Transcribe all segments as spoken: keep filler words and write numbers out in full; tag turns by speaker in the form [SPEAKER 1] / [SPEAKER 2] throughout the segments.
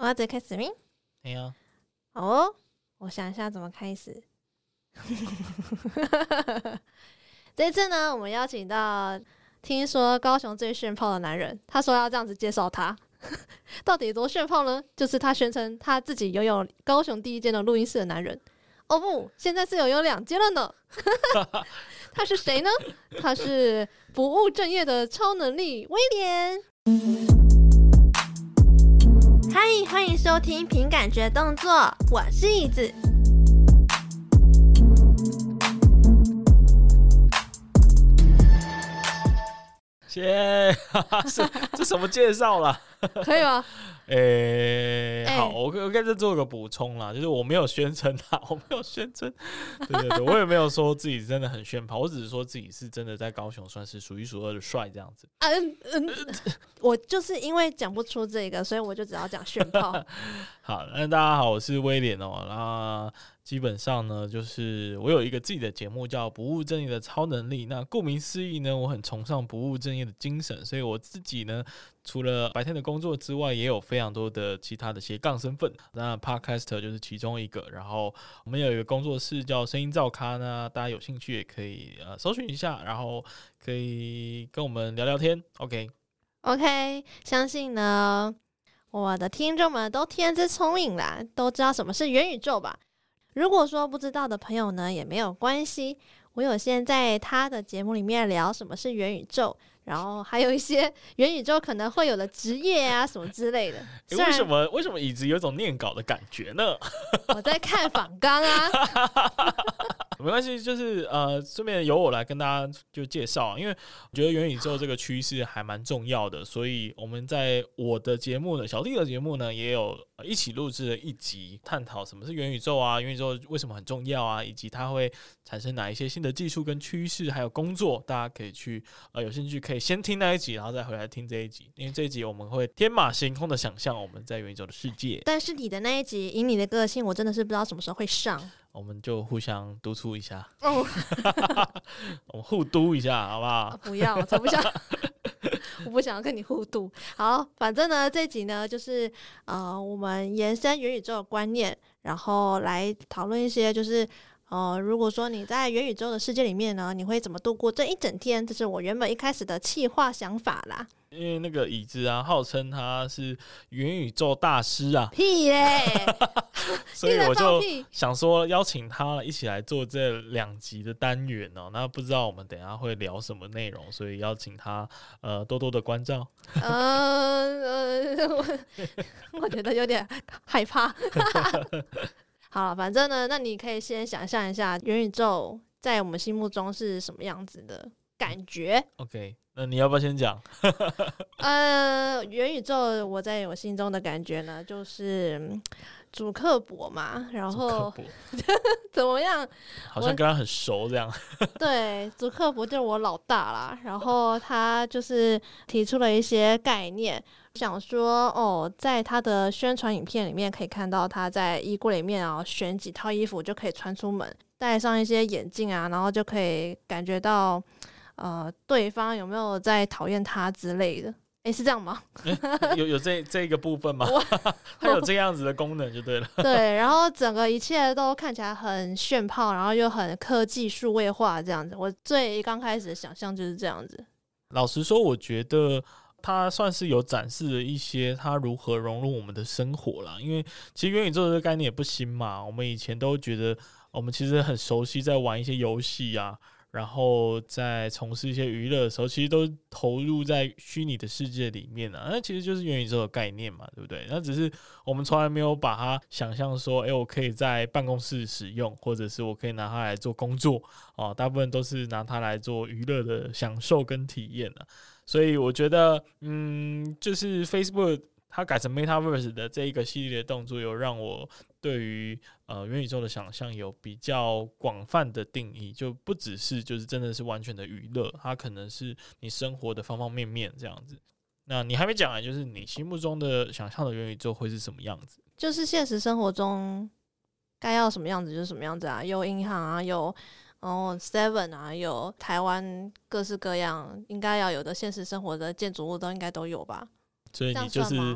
[SPEAKER 1] 我要直接开始吗？
[SPEAKER 2] 对啊。
[SPEAKER 1] 好哦，我想一下怎么开始。这次呢，我们邀请到听说高雄最炫炮的男人，他说要这样子介绍他，到底多炫炮呢？就是他宣称他自己拥有高雄第一间的录音室的男人。哦不，现在是有有两间了呢。他是谁呢？他是不务正业的超能力威廉。嗨，欢迎收听凭感觉动作，我是椅子。
[SPEAKER 2] 谢，这这什么介绍啦？
[SPEAKER 1] 可以吗？
[SPEAKER 2] 诶、
[SPEAKER 1] 欸，
[SPEAKER 2] 好，我我该再做个补充啦，就是我没有宣称啦，我没有宣称，对对对，我也没有说自己真的很炫炮，我只是说自己是真的在高雄算是数一数二的帅这样子。
[SPEAKER 1] 嗯嗯，我就是因为讲不出这个，所以我就只要讲炫炮。
[SPEAKER 2] 好，那大家好，我是威廉哦。那基本上呢，就是我有一个自己的节目叫《不务正业的超能力》。那顾名思义呢，我很崇尚不务正业的精神，所以我自己呢，除了白天的工作之外，也有非常多的其他的斜杠身份。那 Podcaster 就是其中一个。然后我们有一个工作室叫声音造咖呢，大家有兴趣也可以呃搜寻一下，然后可以跟我们聊聊天。OK
[SPEAKER 1] OK， 相信呢，我的听众们都天资聪颖啦，都知道什么是元宇宙吧？如果说不知道的朋友呢，也没有关系。我有先在他的节目里面聊什么是元宇宙，然后还有一些元宇宙可能会有的职业啊什么之类的。
[SPEAKER 2] 欸、为什么为什么椅子有种念稿的感觉呢？
[SPEAKER 1] 我在看访纲啊。
[SPEAKER 2] 没关系，就是呃，顺便由我来跟大家就介绍，因为我觉得元宇宙这个趋势还蛮重要的，所以我们在我的节目呢，小弟的节目呢，也有一起录制了一集，探讨什么是元宇宙啊，元宇宙为什么很重要啊，以及它会产生哪一些新的技术跟趋势，还有工作，大家可以去呃有兴趣可以先听那一集，然后再回来听这一集，因为这一集我们会天马行空的想象我们在元宇宙的世界。
[SPEAKER 1] 但是你的那一集，以你的个性，我真的是不知道什么时候会上。
[SPEAKER 2] 我们就互相督促一下，
[SPEAKER 1] 哦，
[SPEAKER 2] 我们互督一下，好不好？
[SPEAKER 1] 啊、不要，我才不想，我不想要跟你互督。好，反正呢，这集呢，就是呃，我们延伸元宇宙的观念，然后来讨论一些，就是呃，如果说你在元宇宙的世界里面呢，你会怎么度过这一整天？这是我原本一开始的企划想法啦。
[SPEAKER 2] 因为那个椅子啊，号称他是元宇宙大师啊，
[SPEAKER 1] 屁嘞！
[SPEAKER 2] 所以我就想说邀请他一起来做这两集的单元哦。那不知道我们等一下会聊什么内容，所以邀请他呃多多的关照。
[SPEAKER 1] 呃呃，我我觉得有点害怕。好，反正呢，那你可以先想象一下元宇宙在我们心目中是什么样子的感觉。
[SPEAKER 2] OK， 那你要不要先讲？
[SPEAKER 1] 呃，元宇宙我在我心中的感觉呢，就是祖克伯嘛，然后怎么样？
[SPEAKER 2] 好像跟他很熟这样。
[SPEAKER 1] 对，祖克伯就是我老大啦，然后他就是提出了一些概念，想说哦，在他的宣传影片里面可以看到他在衣柜里面啊选几套衣服就可以穿出门，戴上一些眼镜啊，然后就可以感觉到呃对方有没有在讨厌他之类的。诶，是这样吗？
[SPEAKER 2] 欸、有有这这个部分吗？它有这样子的功能就对了。
[SPEAKER 1] 对，然后整个一切都看起来很炫炮，然后又很科技数位化这样子。我最刚开始的想象就是这样子。
[SPEAKER 2] 老实说，我觉得它算是有展示了一些它如何融入我们的生活啦。因为其实元宇宙这个概念也不新嘛，我们以前都觉得我们其实很熟悉，在玩一些游戏啊。然后在从事一些娱乐的时候，其实都投入在虚拟的世界里面啊，那其实就是元宇宙的概念嘛，对不对？那只是我们从来没有把它想象说，哎，我可以在办公室使用，或者是我可以拿它来做工作哦，大部分都是拿它来做娱乐的享受跟体验啊。所以我觉得，嗯，就是 Facebook 它改成 Metaverse 的这一个系列的动作，有让我对于呃元宇宙的想象有比较广泛的定义，就不只是就是真的是完全的娱乐，它可能是你生活的方方面面这样子。那你还没讲完，就是你心目中的想象的元宇宙会是什么样子？
[SPEAKER 1] 就是现实生活中该要什么样子就是什么样子啊，有银行啊，有哦 Seven 啊，有台湾各式各样应该要有的现实生活的建筑物都应该都有吧。
[SPEAKER 2] 所以你就是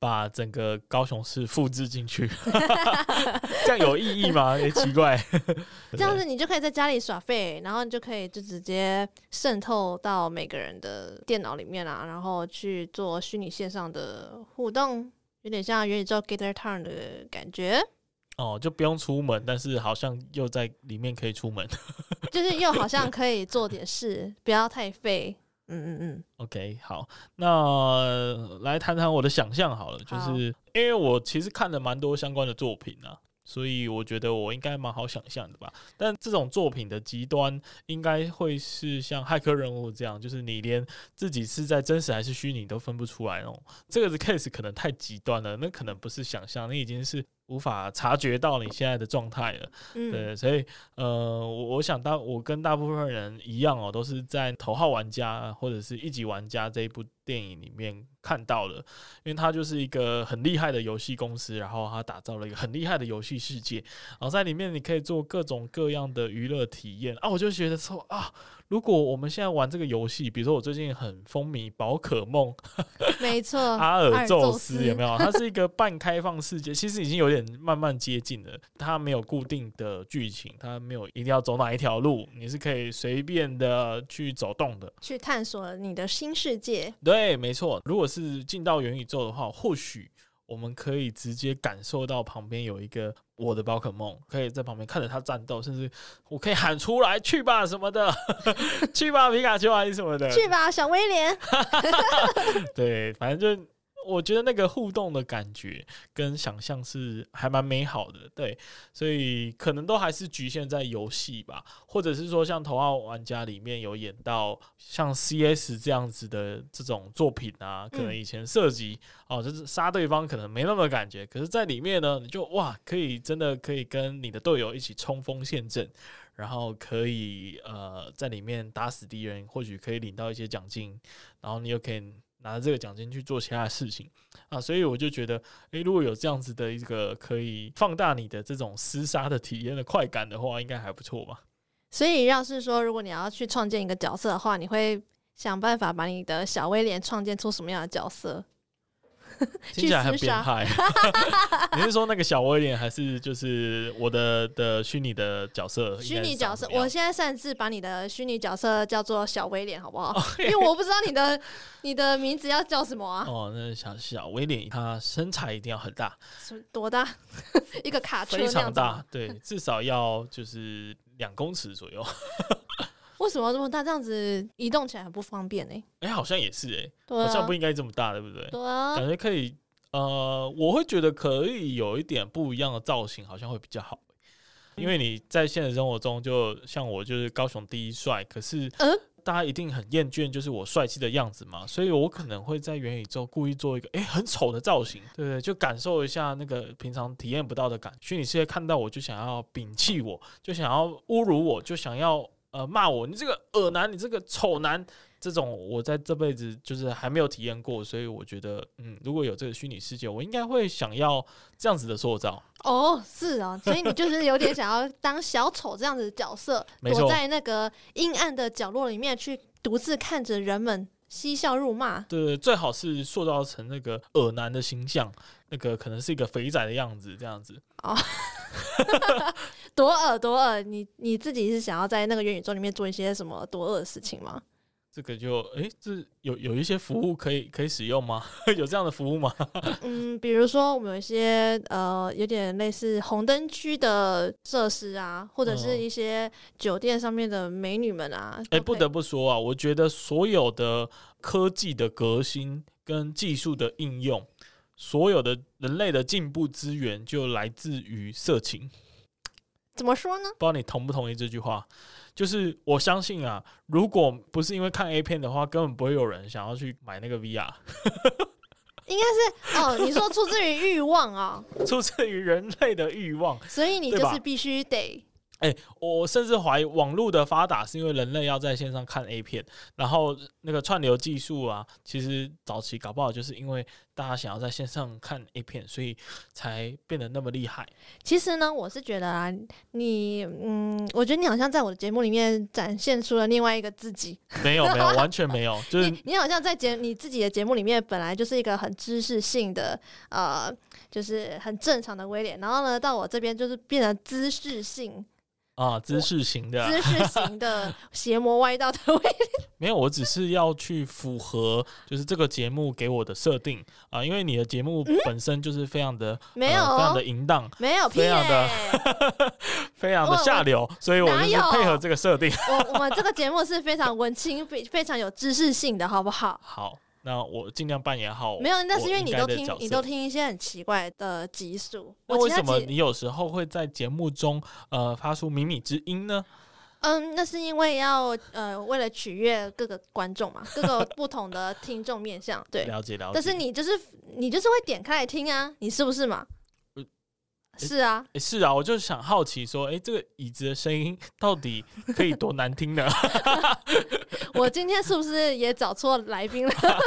[SPEAKER 2] 把整个高雄市复制进去，这样有意义吗？也奇怪。
[SPEAKER 1] 这样子你就可以在家里耍废，然后你就可以就直接渗透到每个人的电脑里面啊，然后去做虚拟线上的互动，有点像元宇宙 Gather Town 的感觉。
[SPEAKER 2] 哦，就不用出门，但是好像又在里面可以出门，
[SPEAKER 1] 就是又好像可以做点事，不要太废。嗯嗯嗯
[SPEAKER 2] OK， 好，那来谈谈我的想象好了，就是因为我其实看了蛮多相关的作品啊，所以我觉得我应该蛮好想象的吧。但这种作品的极端应该会是像骇客任务这样，就是你连自己是在真实还是虚拟都分不出来那种。这个的 case 可能太极端了，那可能不是想象，那已经是无法察觉到你现在的状态了。嗯，对，所以呃，我我想大我跟大部分人一样哦，都是在头号玩家或者是一级玩家这一部电影里面看到的，因为它就是一个很厉害的游戏公司，然后它打造了一个很厉害的游戏世界，然后在里面你可以做各种各样的娱乐体验啊，我就觉得说啊，如果我们现在玩这个游戏，比如说我最近很风靡宝可梦，
[SPEAKER 1] 没错，
[SPEAKER 2] 阿尔宙斯有没有？它是一个半开放世界，其实已经有点慢慢接近了。它没有固定的剧情，它没有一定要走哪一条路，你是可以随便的去走动的，
[SPEAKER 1] 去探索你的新世界。
[SPEAKER 2] 对，没错。如果是进到元宇宙的话，或许我们可以直接感受到旁边有一个我的宝可梦，可以在旁边看着它战斗，甚至我可以喊出来去吧什么的，去吧皮卡丘还是什么的，
[SPEAKER 1] 去吧小威廉。
[SPEAKER 2] 对，反正就我觉得那个互动的感觉跟想象是还蛮美好的，对，所以可能都还是局限在游戏吧，或者是说像头号玩家里面有演到像 C S 这样子的这种作品啊，可能以前射击、嗯、哦，就是杀对方可能没那么感觉，可是在里面呢，你就哇，可以真的可以跟你的队友一起冲锋陷阵，然后可以呃在里面打死敌人，或许可以领到一些奖金，然后你又可以拿着这个奖金去做其他的事情啊，所以我就觉得，诶，如果有这样子的一个可以放大你的这种厮杀的体验的快感的话，应该还不错吧。
[SPEAKER 1] 所以要是说，如果你要去创建一个角色的话，你会想办法把你的小威廉创建出什么样的角色？
[SPEAKER 2] 听起来很变态。你是说那个小威廉，还是就是我的的虚拟的角色？
[SPEAKER 1] 虚拟角色，我现在擅自把你的虚拟角色叫做小威廉，好不好？因为我不知道你的你的名字要叫什么啊。
[SPEAKER 2] 哦，那小小威廉，他身材一定要很大，
[SPEAKER 1] 多大？一个卡车那样子，
[SPEAKER 2] 非常大，对，至少要就是两公尺左右。
[SPEAKER 1] 为什么要这么大？这样子移动起来很不方便呢、欸？
[SPEAKER 2] 哎、欸，好像也是哎、欸啊，好像不应该这么大，对不对？
[SPEAKER 1] 对啊，
[SPEAKER 2] 感觉可以，呃，我会觉得可以有一点不一样的造型，好像会比较好、欸。因为你在现实生活中，就像我就是高雄第一帅，可是大家一定很厌倦就是我帅气的样子嘛，所以我可能会在元宇宙故意做一个哎、欸、很丑的造型，对不对？就感受一下那个平常体验不到的感觉。虚拟世界看到我就想要摒弃我，就想要侮辱我，就想要。呃，骂我，你这个恶男，你这个丑男，这种我在这辈子就是还没有体验过，所以我觉得，嗯，如果有这个虚拟世界，我应该会想要这样子的塑造。
[SPEAKER 1] 哦，是啊，所以你就是有点想要当小丑这样子的角色，躲在那个阴暗的角落里面，去独自看着人们嬉笑怒骂。
[SPEAKER 2] 对，最好是塑造成那个恶男的形象，那个可能是一个肥仔的样子，这样子。哦。
[SPEAKER 1] 多恶多恶，你你自己是想要在那个元宇宙里面做一些什么多恶的事情吗？
[SPEAKER 2] 这个就哎，这有有一些服务可以可以使用吗？有这样的服务吗？
[SPEAKER 1] 嗯，比如说我们有一些呃，有点类似红灯区的设施啊，或者是一些酒店上面的美女们啊。哎、
[SPEAKER 2] 嗯，不得不说啊，我觉得所有的科技的革新跟技术的应用，所有的人类的进步资源就来自于色情。
[SPEAKER 1] 怎么说呢？
[SPEAKER 2] 不知道你同不同意这句话？就是我相信啊，如果不是因为看 A 片的话，根本不会有人想要去买那个 V R。
[SPEAKER 1] 应该是哦，你说出自于欲望啊、哦，
[SPEAKER 2] 出自于人类的欲望，
[SPEAKER 1] 所以你就是必须得。
[SPEAKER 2] 哎、欸，我甚至怀疑网络的发达是因为人类要在线上看 A 片，然后那个串流技术啊，其实早期搞不好就是因为大家想要在线上看 A 片，所以才变得那么厉害。
[SPEAKER 1] 其实呢，我是觉得啊，你嗯，我觉得你好像在我的节目里面展现出了另外一个自己。
[SPEAKER 2] 没有没有，完全没有，就是
[SPEAKER 1] 你, 你好像在节你自己的节目里面本来就是一个很知识性的呃，就是很正常的威廉，然后呢，到我这边就是变成姿势性。
[SPEAKER 2] 啊，姿势型的、啊，
[SPEAKER 1] 姿势型的邪魔歪道的威廉。
[SPEAKER 2] 没有，我只是要去符合就是这个节目给我的设定啊，因为你的节目本身就是非常的、嗯
[SPEAKER 1] 没有、
[SPEAKER 2] 呃、非常的淫荡，
[SPEAKER 1] 没有，
[SPEAKER 2] 非常的非常的下流，所以我就是配合这个设定。
[SPEAKER 1] 我我们这个节目是非常文青，非非常有知识性的，好不好？
[SPEAKER 2] 好。那我尽量扮演好。
[SPEAKER 1] 没有，那是因为你都听，
[SPEAKER 2] 你
[SPEAKER 1] 都听一些很奇怪的集数。
[SPEAKER 2] 那为什么你有时候会在节目中呃发出靡靡之音呢？
[SPEAKER 1] 嗯，那是因为要呃为了取悦各个观众嘛，各个不同的听众面向。对，
[SPEAKER 2] 了解了解。
[SPEAKER 1] 但是你就是你就是会点开来听啊，你是不是嘛？是啊、
[SPEAKER 2] 欸，是啊，我就想好奇说，哎、欸，这个椅子的声音到底可以多难听呢？
[SPEAKER 1] 我今天是不是也找错来宾了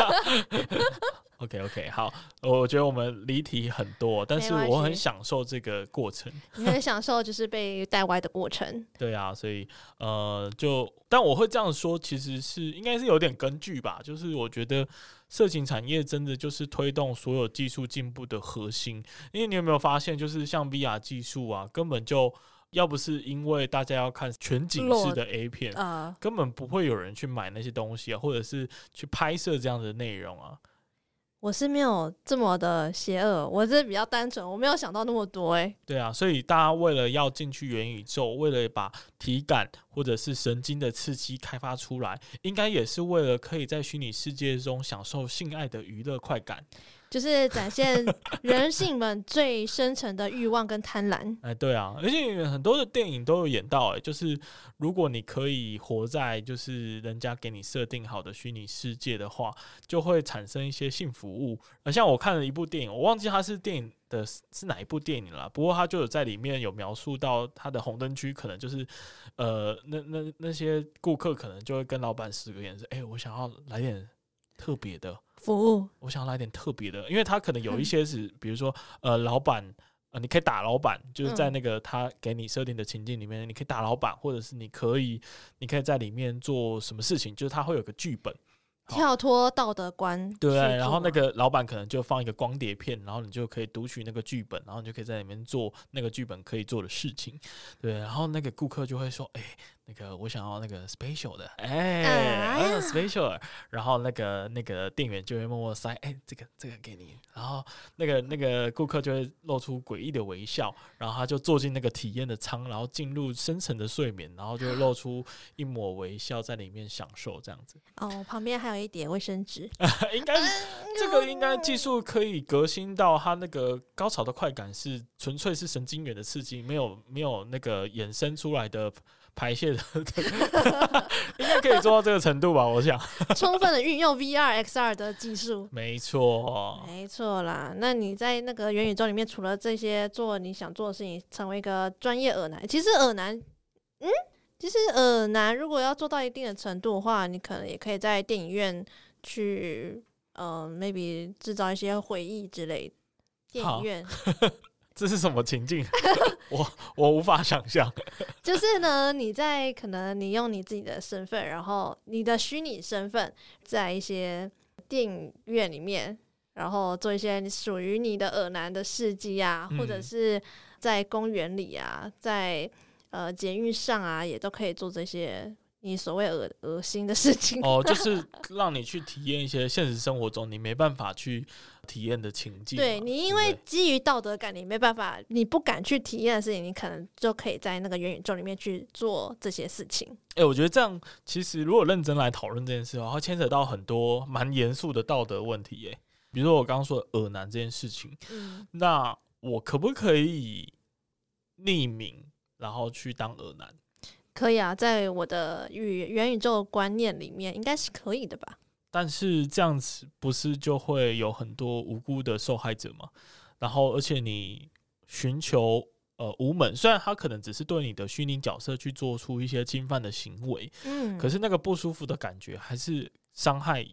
[SPEAKER 2] ？OK OK， 好，我觉得我们离题很多，但是我很享受这个过程。
[SPEAKER 1] 你很享受就是被带歪的过程。
[SPEAKER 2] 对啊，所以呃，就但我会这样说，其实是应该是有点根据吧。就是我觉得色情产业真的就是推动所有技术进步的核心。因为你有没有发现，就是像 V R 技术啊，根本就要不是因为大家要看全景式的 A 片，呃、根本不会有人去买那些东西啊，或者是去拍摄这样的内容啊。
[SPEAKER 1] 我是没有这么的邪恶，我是比较单纯，我没有想到那么多哎、欸。
[SPEAKER 2] 对啊，所以大家为了要进去元宇宙，为了把体感或者是神经的刺激开发出来，应该也是为了可以在虚拟世界中享受性爱的娱乐快感。
[SPEAKER 1] 就是展现人性们最深层的欲望跟贪婪。
[SPEAKER 2] 哎，对啊，而且很多的电影都有演到、欸，哎，就是如果你可以活在就是人家给你设定好的虚拟世界的话，就会产生一些性服务。而像我看了一部电影，我忘记它是电影的是哪一部电影了，不过它就有在里面有描述到它的红灯区，可能就是呃，那那那些顾客可能就会跟老板使个眼色，哎、欸，我想要来点特别的
[SPEAKER 1] 服务，
[SPEAKER 2] 我想要来点特别的，因为他可能有一些是，比如说呃，老板呃，你可以打老板，就是在那个他给你设定的情境里面，嗯、你可以打老板，或者是你可以，你可以在里面做什么事情，就是他会有个剧本。
[SPEAKER 1] 跳脱道德观，
[SPEAKER 2] 对，然后那个老板可能就放一个光碟片，然后你就可以读取那个剧本，然后你就可以在里面做那个剧本可以做的事情，对，然后那个顾客就会说，哎、欸，那个我想要那个 special 的，哎、欸嗯、，special， 然后那个那个店员就会默默塞，哎、欸，这个这个给你，然后那个那个顾客就会露出诡异的微笑，然后他就坐进那个体验的舱，然后进入深层的睡眠，然后就会露出一抹微笑在里面享受这样子。
[SPEAKER 1] 哦，旁边还有一叠卫生纸，
[SPEAKER 2] 应该这个应该技术可以革新到它那个高潮的快感是纯粹是神经元的刺激，没有没有那个衍生出来的排泄的，应该可以做到这个程度吧？我想，
[SPEAKER 1] 充分的运用 V R X R 的技术，
[SPEAKER 2] 没错，
[SPEAKER 1] 没错啦。那你在那个元宇宙里面，除了这些做你想做的事情，成为一个专业耳男，其实耳男，嗯。其实耳男如果要做到一定的程度的话，你可能也可以在电影院去呃 maybe 制造一些回忆之类的。电影院
[SPEAKER 2] 这是什么情境？我我无法想象。
[SPEAKER 1] 就是呢，你在可能你用你自己的身份，然后你的虚拟身份，在一些电影院里面，然后做一些属于你的耳男的事迹啊，嗯、或者是在公园里啊，在呃，捷运上啊，也都可以做这些你所谓恶恶心的事情
[SPEAKER 2] 哦，就是让你去体验一些现实生活中你没办法去体验的情境。
[SPEAKER 1] 对，你因为基于道德感，你没办法，你不敢去体验的事情，你可能就可以在那个元宇宙里面去做这些事情。
[SPEAKER 2] 哎、欸，我觉得这样其实如果认真来讨论这件事的话，会牵扯到很多蛮严肃的道德问题。哎，比如说我刚刚说的耳男这件事情，嗯，那我可不可以匿名？然后去当耳男，
[SPEAKER 1] 可以啊，在我的与元宇宙观念里面，应该是可以的吧？
[SPEAKER 2] 但是这样子不是就会有很多无辜的受害者吗？然后，而且你寻求呃无门，虽然他可能只是对你的虚拟角色去做出一些侵犯的行为，嗯，可是那个不舒服的感觉还是伤害一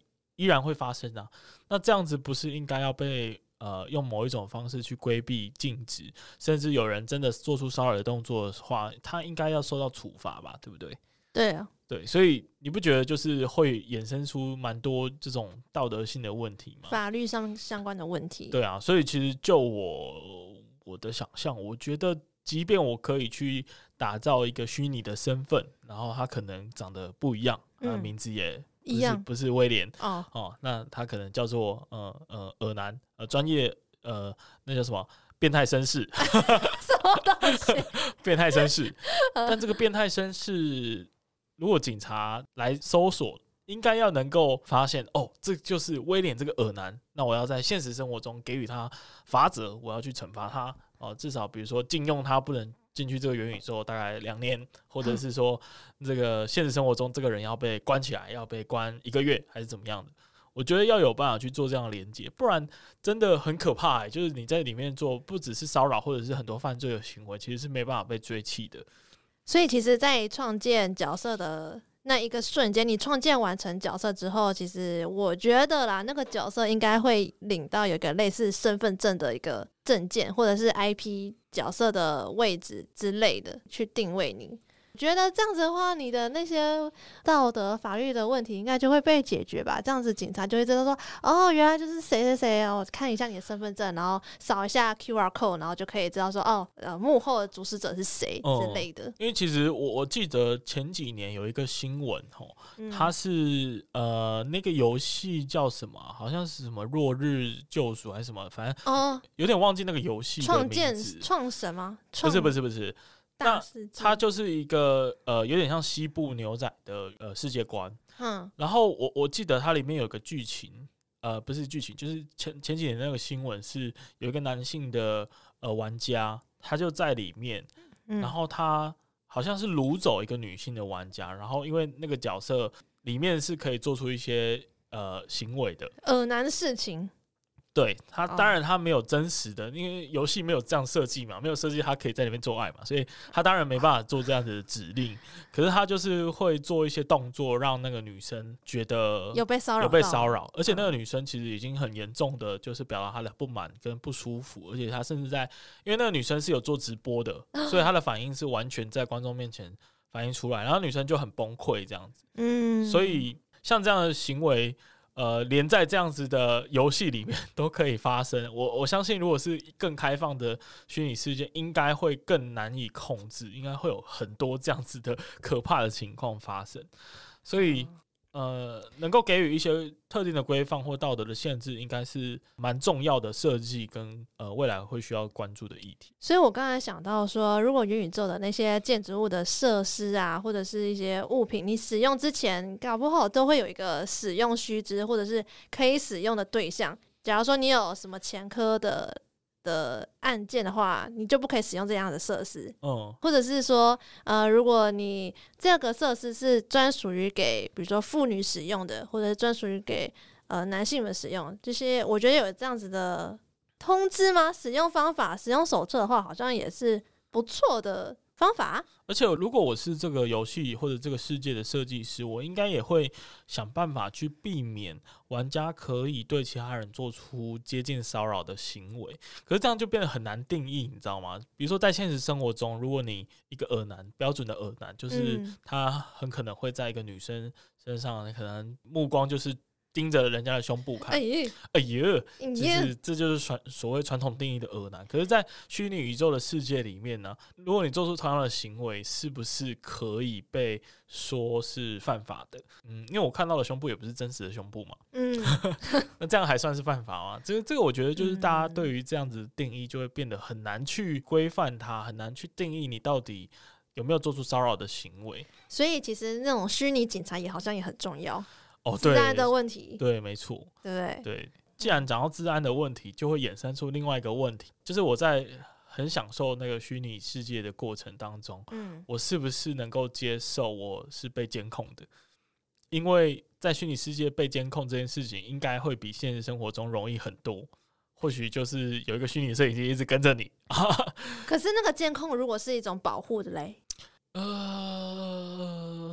[SPEAKER 2] 依然会发生啊。那这样子不是应该要被呃用某一种方式去规避、禁止，甚至有人真的做出骚扰的动作的话，他应该要受到处罚吧，对不对？
[SPEAKER 1] 对啊，
[SPEAKER 2] 对，所以你不觉得就是会衍生出蛮多这种道德性的问题吗？
[SPEAKER 1] 法律上相关的问题。
[SPEAKER 2] 对啊，所以其实就我我的想象，我觉得即便我可以去打造一个虚拟的身份，然后他可能长得不一样，他的名字也不是
[SPEAKER 1] 一样，
[SPEAKER 2] 不是威廉
[SPEAKER 1] 哦
[SPEAKER 2] 哦，那他可能叫做呃呃耳男呃专业呃那叫什么变态绅士，
[SPEAKER 1] 什么东西？
[SPEAKER 2] 变态绅士，但这个变态绅士。如果警察来搜索，应该要能够发现哦，这就是威廉这个恶男。那我要在现实生活中给予他罚则，我要去惩罚他哦。至少比如说禁用他不能进去这个元宇宙大概两年，或者是说这个现实生活中这个人要被关起来，要被关一个月还是怎么样的？我觉得要有办法去做这样的连结，不然真的很可怕、欸。就是你在里面做不只是骚扰，或者是很多犯罪的行为，其实是没办法被追緝的。
[SPEAKER 1] 所以其实在创建角色的那一个瞬间，你创建完成角色之后，其实我觉得啦，那个角色应该会领到有一个类似身份证的一个证件，或者是 I P 角色的位置之类的去定位你。觉得这样子的话，你的那些道德法律的问题应该就会被解决吧？这样子警察就会知道说，哦，原来就是谁谁谁哦，看一下你的身份证，然后扫一下 Q R code， 然后就可以知道说，哦，呃，幕后的主使者是谁之类的。
[SPEAKER 2] 嗯、因为其实我我记得前几年有一个新闻吼，它是呃那个游戏叫什么？好像是什么落日救赎还是什么，反正哦有点忘记那个游戏的名字。创建
[SPEAKER 1] 创神吗？
[SPEAKER 2] 不是不是不是。那它就是一个呃，有点像西部牛仔的呃世界观。嗯，然后我我记得它里面有个剧情，呃，不是剧情，就是前前几年那个新闻是有一个男性的呃玩家，他就在里面，嗯、然后他好像是掳走一个女性的玩家，然后因为那个角色里面是可以做出一些呃行为的
[SPEAKER 1] 恶男事情。
[SPEAKER 2] 对他，当然他没有真实的，因为游戏没有这样设计嘛，没有设计他可以在里面做爱嘛，所以他当然没办法做这样子的指令。可是他就是会做一些动作，让那个女生觉得
[SPEAKER 1] 有被骚扰，
[SPEAKER 2] 有被骚扰，而且那个女生其实已经很严重的，就是表达她的不满跟不舒服，而且她甚至在，因为那个女生是有做直播的，所以她的反应是完全在观众面前反映出来，然后女生就很崩溃这样子。嗯，所以像这样的行为。呃，连在这样子的游戏里面都可以发生，我我相信，如果是更开放的虚拟世界，应该会更难以控制，应该会有很多这样子的可怕的情况发生，所以。呃，能够给予一些特定的规范或道德的限制，应该是蛮重要的设计跟呃未来会需要关注的议题。
[SPEAKER 1] 所以我刚才想到说，如果元宇宙的那些建筑物的设施啊，或者是一些物品，你使用之前，搞不好都会有一个使用须知，或者是可以使用的对象。假如说你有什么前科的。的案件的话，你就不可以使用这样的设施，嗯，或者是说，呃，如果你这个设施是专属于给，比如说妇女使用的，或者是专属于给呃男性们使用，这些我觉得有这样子的通知吗？使用方法、使用手册的话，好像也是不错的方法。
[SPEAKER 2] 而且，如果我是这个游戏或者这个世界的设计师，我应该也会想办法去避免玩家可以对其他人做出接近骚扰的行为。可是这样就变得很难定义，你知道吗？比如说在现实生活中，如果你一个恶男，标准的恶男，就是他很可能会在一个女生身上，可能目光就是盯着人家的胸部看，哎呀，哎呀，就是这就是传所谓传统定义的恶男。可是，在虚拟宇宙的世界里面呢，如果你做出同样的行为，是不是可以被说是犯法的？嗯，因为我看到的胸部也不是真实的胸部嘛，嗯，那这样还算是犯法吗？这个这个，我觉得就是大家对于这样子的定义就会变得很难去规范它，很难去定义你到底有没有做出骚扰的行为。
[SPEAKER 1] 所以，其实那种虚拟警察也好像也很重要。
[SPEAKER 2] 哦，对，
[SPEAKER 1] 治安的问题，
[SPEAKER 2] 对，没错，
[SPEAKER 1] 对
[SPEAKER 2] 对。既然讲到治安的问题，就会衍生出另外一个问题，就是我在很享受那个虚拟世界的过程当中，嗯，我是不是能够接受我是被监控的？因为在虚拟世界被监控这件事情，应该会比现实生活中容易很多。或许就是有一个虚拟摄影机一直跟着你，
[SPEAKER 1] 可是那个监控如果是一种保护的嘞？
[SPEAKER 2] 呃。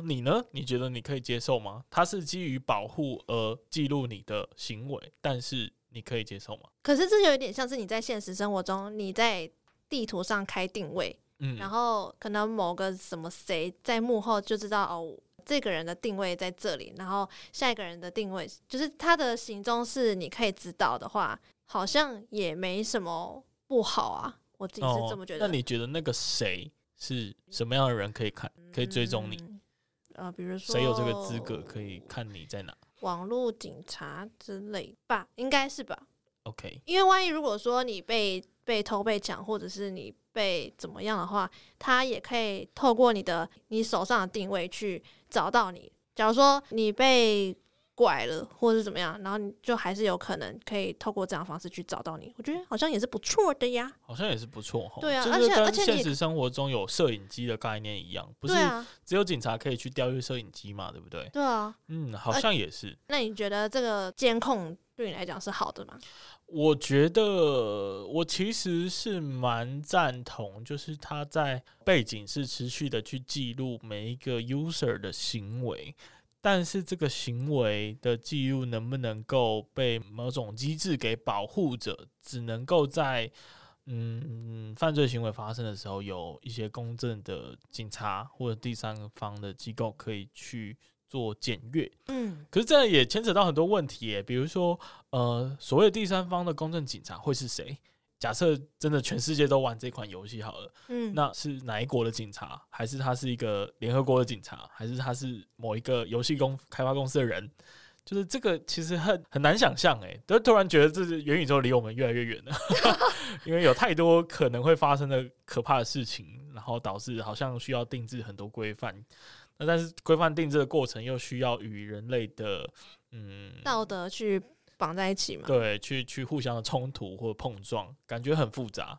[SPEAKER 2] 你呢？你觉得你可以接受吗？它是基于保护而记录你的行为，但是你可以接受吗？
[SPEAKER 1] 可是这有一点像是你在现实生活中，你在地图上开定位，嗯，然后可能某个什么谁在幕后就知道哦，这个人的定位在这里，然后下一个人的定位就是他的行踪是你可以知道的话，好像也没什么不好啊。我自己是这么觉得。
[SPEAKER 2] 哦，那你觉得那个谁是什么样的人可以看，可以追踪你？
[SPEAKER 1] 嗯、呃，比如说
[SPEAKER 2] 谁有这个资格可以看你在哪？
[SPEAKER 1] 网络警察之类吧，应该是吧
[SPEAKER 2] ？OK，
[SPEAKER 1] 因为万一如果说你被被偷被抢，或者是你被怎么样的话，他也可以透过你的你手上的定位去找到你。假如说你被拐了或者是怎么样，然后你就还是有可能可以透过这样的方式去找到你，我觉得好像也是不错的呀。
[SPEAKER 2] 好像也是不错齁。
[SPEAKER 1] 对啊，
[SPEAKER 2] 就是跟
[SPEAKER 1] 而且
[SPEAKER 2] 现实生活中有摄影机的概念一样，不是只有警察可以去调阅摄影机嘛，对不对？
[SPEAKER 1] 对啊，
[SPEAKER 2] 嗯，好像也是。
[SPEAKER 1] 那你觉得这个监控对你来讲是好的吗？
[SPEAKER 2] 我觉得我其实是蛮赞同，就是他在背景是持续的去记录每一个 user 的行为。但是这个行为的记录能不能够被某种机制给保护着，只能够在嗯犯罪行为发生的时候，有一些公正的警察或者第三方的机构可以去做检阅。嗯，可是这也牵扯到很多问题耶，比如说呃，所谓第三方的公正警察会是谁？假设真的全世界都玩这款游戏好了，嗯，那是哪一国的警察？还是他是一个联合国的警察？还是他是某一个游戏公开发公司的人？就是这个其实很很难想象哎，都突然觉得这是元宇宙离我们越来越远了，因为有太多可能会发生的可怕的事情，然后导致好像需要定制很多规范。那但是规范定制的过程又需要与人类的嗯
[SPEAKER 1] 道德去绑在一起嘛？
[SPEAKER 2] 对，去去互相的冲突或碰撞，感觉很复杂。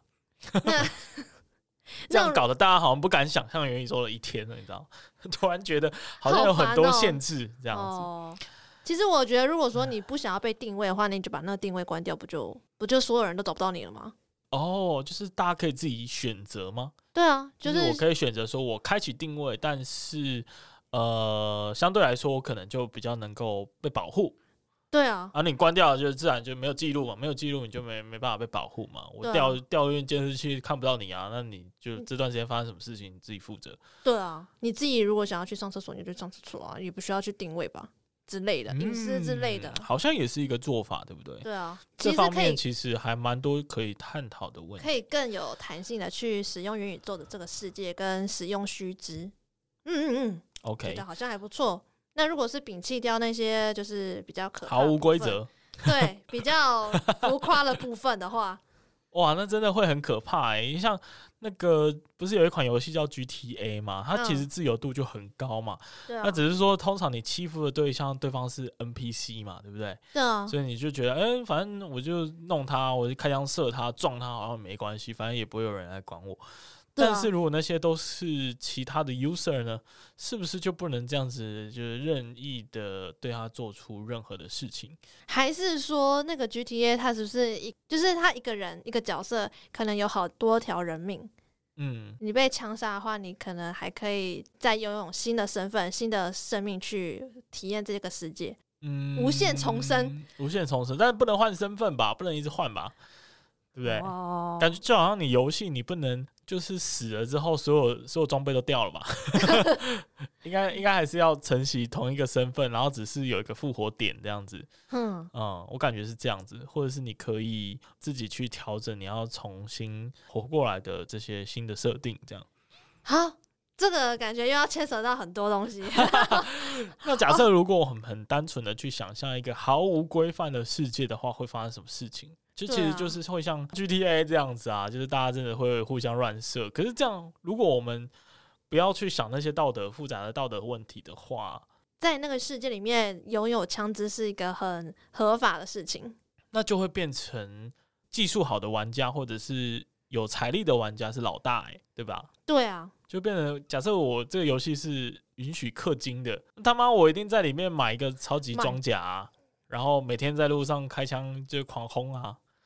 [SPEAKER 2] 这样搞得大家好像不敢想象元宇宙的一天了，你知道？突然觉得好像有很多限制这样子。
[SPEAKER 1] 哦，其实我觉得，如果说你不想要被定位的话，那你就把那个定位关掉，不就不就所有人都找不到你了吗？
[SPEAKER 2] 哦，就是大家可以自己选择吗？
[SPEAKER 1] 对啊，就是、
[SPEAKER 2] 就是我可以选择说我开启定位，但是呃，相对来说我可能就比较能够被保护。
[SPEAKER 1] 对啊，
[SPEAKER 2] 啊，你关掉了，就自然就没有记录嘛，没有记录你就没没办法被保护嘛。我调调阅监视器看不到你啊，那你就这段时间发生什么事情你自己负责。
[SPEAKER 1] 对啊，你自己如果想要去上厕所，你就去上厕所啊，也不需要去定位吧之类的，隐、嗯、私之类的，
[SPEAKER 2] 好像也是一个做法，对不对？
[SPEAKER 1] 对啊，
[SPEAKER 2] 这方面其实还蛮多可以探讨的问题，
[SPEAKER 1] 可以更有弹性的去使用元宇宙的这个世界跟使用须知。嗯嗯嗯
[SPEAKER 2] ，OK，
[SPEAKER 1] 觉得好像还不错。那如果是摒弃掉那些就是比较可怕
[SPEAKER 2] 毫无规则，
[SPEAKER 1] 对，比较浮夸的部分的话，
[SPEAKER 2] 哇，那真的会很可怕哎、欸！像那个不是有一款游戏叫 G T A 嘛，它其实自由度就很高嘛。嗯啊、那只是说，通常你欺负的对象，对方是 N P C 嘛，对不对？
[SPEAKER 1] 对啊。
[SPEAKER 2] 所以你就觉得，哎、欸，反正我就弄他，我就开枪射他，撞他，好像没关系，反正也不会有人来管我。但是如果那些都是其他的 user 呢，是不是就不能这样子，就是任意的对他做出任何的事情？
[SPEAKER 1] 还是说那个 G T A 他是不是一，就是他一个人一个角色可能有好多条人命？嗯，你被枪杀的话，你可能还可以再拥有新的身份、新的生命去体验这个世界，嗯，无限重生，
[SPEAKER 2] 无限重生，但是不能换身份吧？不能一直换吧？对不对？哦，感觉就好像你游戏你不能就是死了之后所有所有装备都掉了吧？应该应该还是要承袭同一个身份，然后只是有一个复活点这样子。嗯嗯，我感觉是这样子，或者是你可以自己去调整你要重新活过来的这些新的设定，这样。
[SPEAKER 1] 好，这个感觉又要牵扯到很多东西。
[SPEAKER 2] 那假设如果我很很单纯的去想象一个毫无规范的世界的话，会发生什么事情？就其实就是会像 G T A 这样子啊，就是大家真的会互相乱射。可是这样，如果我们不要去想那些道德复杂的道德问题的话，
[SPEAKER 1] 在那个世界里面拥有枪支是一个很合法的事情，
[SPEAKER 2] 那就会变成技术好的玩家或者是有财力的玩家是老大、欸，对吧？
[SPEAKER 1] 对啊，
[SPEAKER 2] 就变成假设我这个游戏是允许氪金的，他妈我一定在里面买一个超级装甲、啊，然后每天在路上开枪就狂轰啊。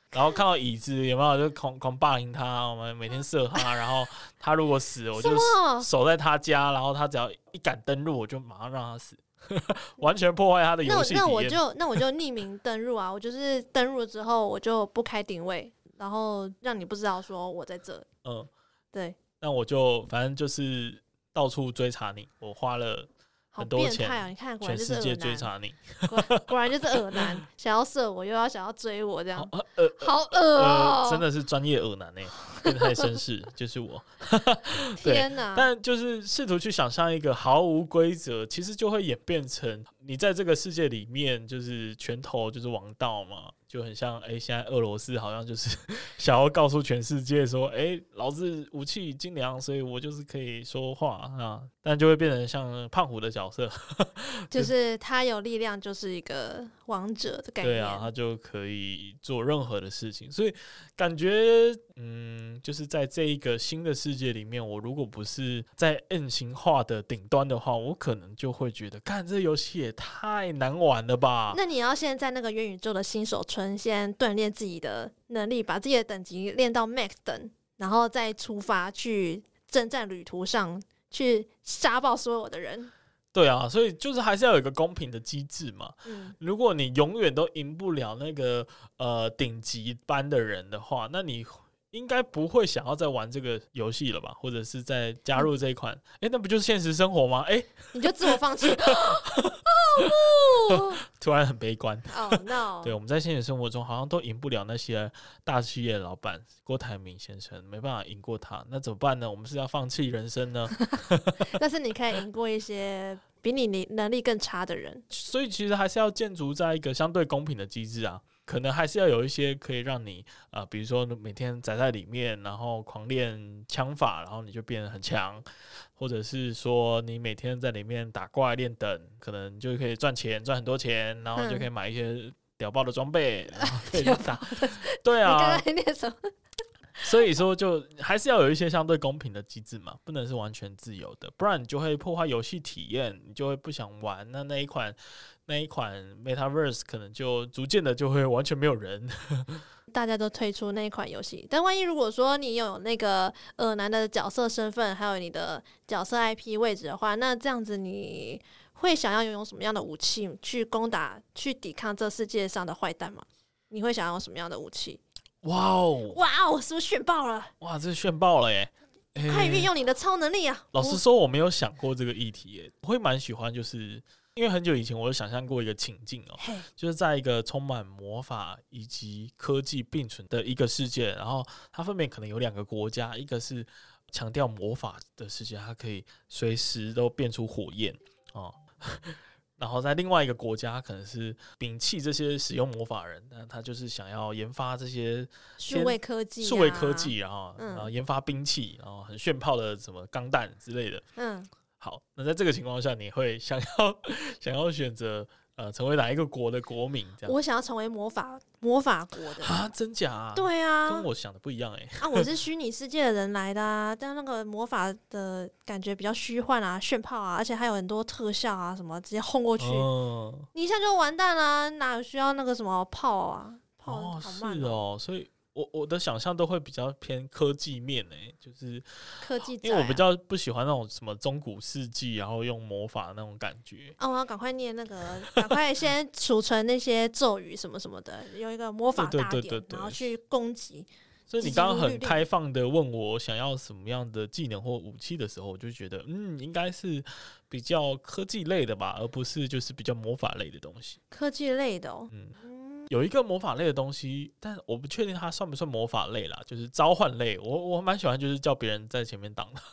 [SPEAKER 2] 然后看到椅子有没有就狂狂霸凌他，我们每天射他，然后他如果死了，我就守在他家，然后他只要一敢登入，我就马上让他死。完全破坏他的游戏体验。
[SPEAKER 1] 那我就那我就匿名登入啊，我就是登入之后我就不开定位，然后让你不知道说我在这。嗯，对。
[SPEAKER 2] 那我就反正就是到处追查你，我花了很多钱，
[SPEAKER 1] 啊、你看，
[SPEAKER 2] 全世界追查你，
[SPEAKER 1] 果, 果然就是恶男，想要射我又要想要追我，这样，
[SPEAKER 2] 好恶、
[SPEAKER 1] 呃，好恶哦、
[SPEAKER 2] 呃，真的是专业恶男哎、欸，变态绅士就是我。
[SPEAKER 1] 天哪！
[SPEAKER 2] 但就是试图去想象一个毫无规则，其实就会演变成你在这个世界里面就是拳头就是王道嘛。就很像哎、欸，现在俄罗斯好像就是想要告诉全世界说，哎、欸，老子武器精良，所以我就是可以说话啊，但就会变成像胖虎的角色，
[SPEAKER 1] 就是他有力量，就是一个王者的概念。
[SPEAKER 2] 对啊，他就可以做任何的事情，所以感觉嗯，就是在这一个新的世界里面，我如果不是在 M 型化的顶端的话，我可能就会觉得，干这游戏也太难玩了吧？
[SPEAKER 1] 那你要现在那个元宇宙的新手村先锻炼自己的能力，把自己的等级练到 max 等，然后再出发去征战旅途上，去杀爆所有的人。
[SPEAKER 2] 对啊，所以就是还是要有一个公平的机制嘛。嗯，如果你永远都赢不了那个呃顶级班的人的话，那你应该不会想要再玩这个游戏了吧？或者是再加入这一款？哎、嗯，那不就是现实生活吗？哎，
[SPEAKER 1] 你就自我放弃。
[SPEAKER 2] 突然很悲观。
[SPEAKER 1] Oh no！
[SPEAKER 2] 对，我们在现实生活中好像都赢不了那些大企业老板郭台铭先生，没办法赢过他，那怎么办呢？我们是要放弃人生呢？
[SPEAKER 1] 但是你可以赢过一些比你能力更差的人，
[SPEAKER 2] 所以其实还是要建筑在一个相对公平的机制啊。可能还是要有一些可以让你啊、呃，比如说每天宅在里面，然后狂练枪法，然后你就变得很强，或者是说你每天在里面打怪练等，可能就可以赚钱，赚很多钱，然后就可以买一些屌爆的装备，嗯、然后可以去打。对啊，
[SPEAKER 1] 你刚才念什么？
[SPEAKER 2] 所以说，就还是要有一些相对公平的机制嘛，不能是完全自由的，不然你就会破坏游戏体验，你就会不想玩。那那一款那一款 Metaverse 可能就逐渐的就会完全没有人。
[SPEAKER 1] 大家都推出那一款游戏，但万一如果说你有那个恶男的角色身份，还有你的角色 I P 位置的话，那这样子你会想要拥有什么样的武器去攻打、去抵抗这世界上的坏蛋吗？你会想要什么样的武器？
[SPEAKER 2] 哇哦！
[SPEAKER 1] 哇哦！是不是炫爆了？
[SPEAKER 2] 哇，这炫爆了耶！
[SPEAKER 1] 欸、快运用你的超能力啊！
[SPEAKER 2] 老实说，我没有想过这个议题耶。我会蛮喜欢，就是因为很久以前我有想象过一个情境哦、喔，就是在一个充满魔法以及科技并存的一个世界，然后它分别可能有两个国家，一个是强调魔法的世界，它可以随时都变出火焰哦。然后在另外一个国家，他可能是摒弃这些使用魔法的人，但他就是想要研发这些
[SPEAKER 1] 数位科技、
[SPEAKER 2] 数、啊、位科技，然后、嗯、然后研发兵器，然后很炫炮的什么钢弹之类的。嗯，好，那在这个情况下，你会想要想要选择呃成为哪一个国的国民？这样，
[SPEAKER 1] 我想要成为魔法魔法国的
[SPEAKER 2] 啊，真假啊？
[SPEAKER 1] 对啊，
[SPEAKER 2] 跟我想的不一样哎、欸。
[SPEAKER 1] 啊，我是虚拟世界的人来的啊，但那个魔法的感觉比较虚幻啊、炫炮啊，而且还有很多特效啊，什么直接轰过去，哦、你一下就完蛋啦，哪有需要那个什么炮啊？炮
[SPEAKER 2] 哦，
[SPEAKER 1] 好慢
[SPEAKER 2] 是哦，所以。我我的想象都会比较偏科技面诶、欸，就是
[SPEAKER 1] 科技、啊，
[SPEAKER 2] 因为我比较不喜欢那种什么中古世纪，然后用魔法那种感觉。
[SPEAKER 1] 啊，我要赶快念那个，赶快先储存那些咒语什么什么的，有一个魔法大典，
[SPEAKER 2] 对对对对对，
[SPEAKER 1] 然后去攻击。
[SPEAKER 2] 所以你刚刚很开放的问我想要什么样的技能或武器的时候，我就觉得嗯，应该是比较科技类的吧，而不是就是比较魔法类的东西。
[SPEAKER 1] 科技类的哦，
[SPEAKER 2] 嗯。有一个魔法类的东西，但我不确定它算不算魔法类啦，就是召唤类。我我蛮喜欢，就是叫别人在前面挡的。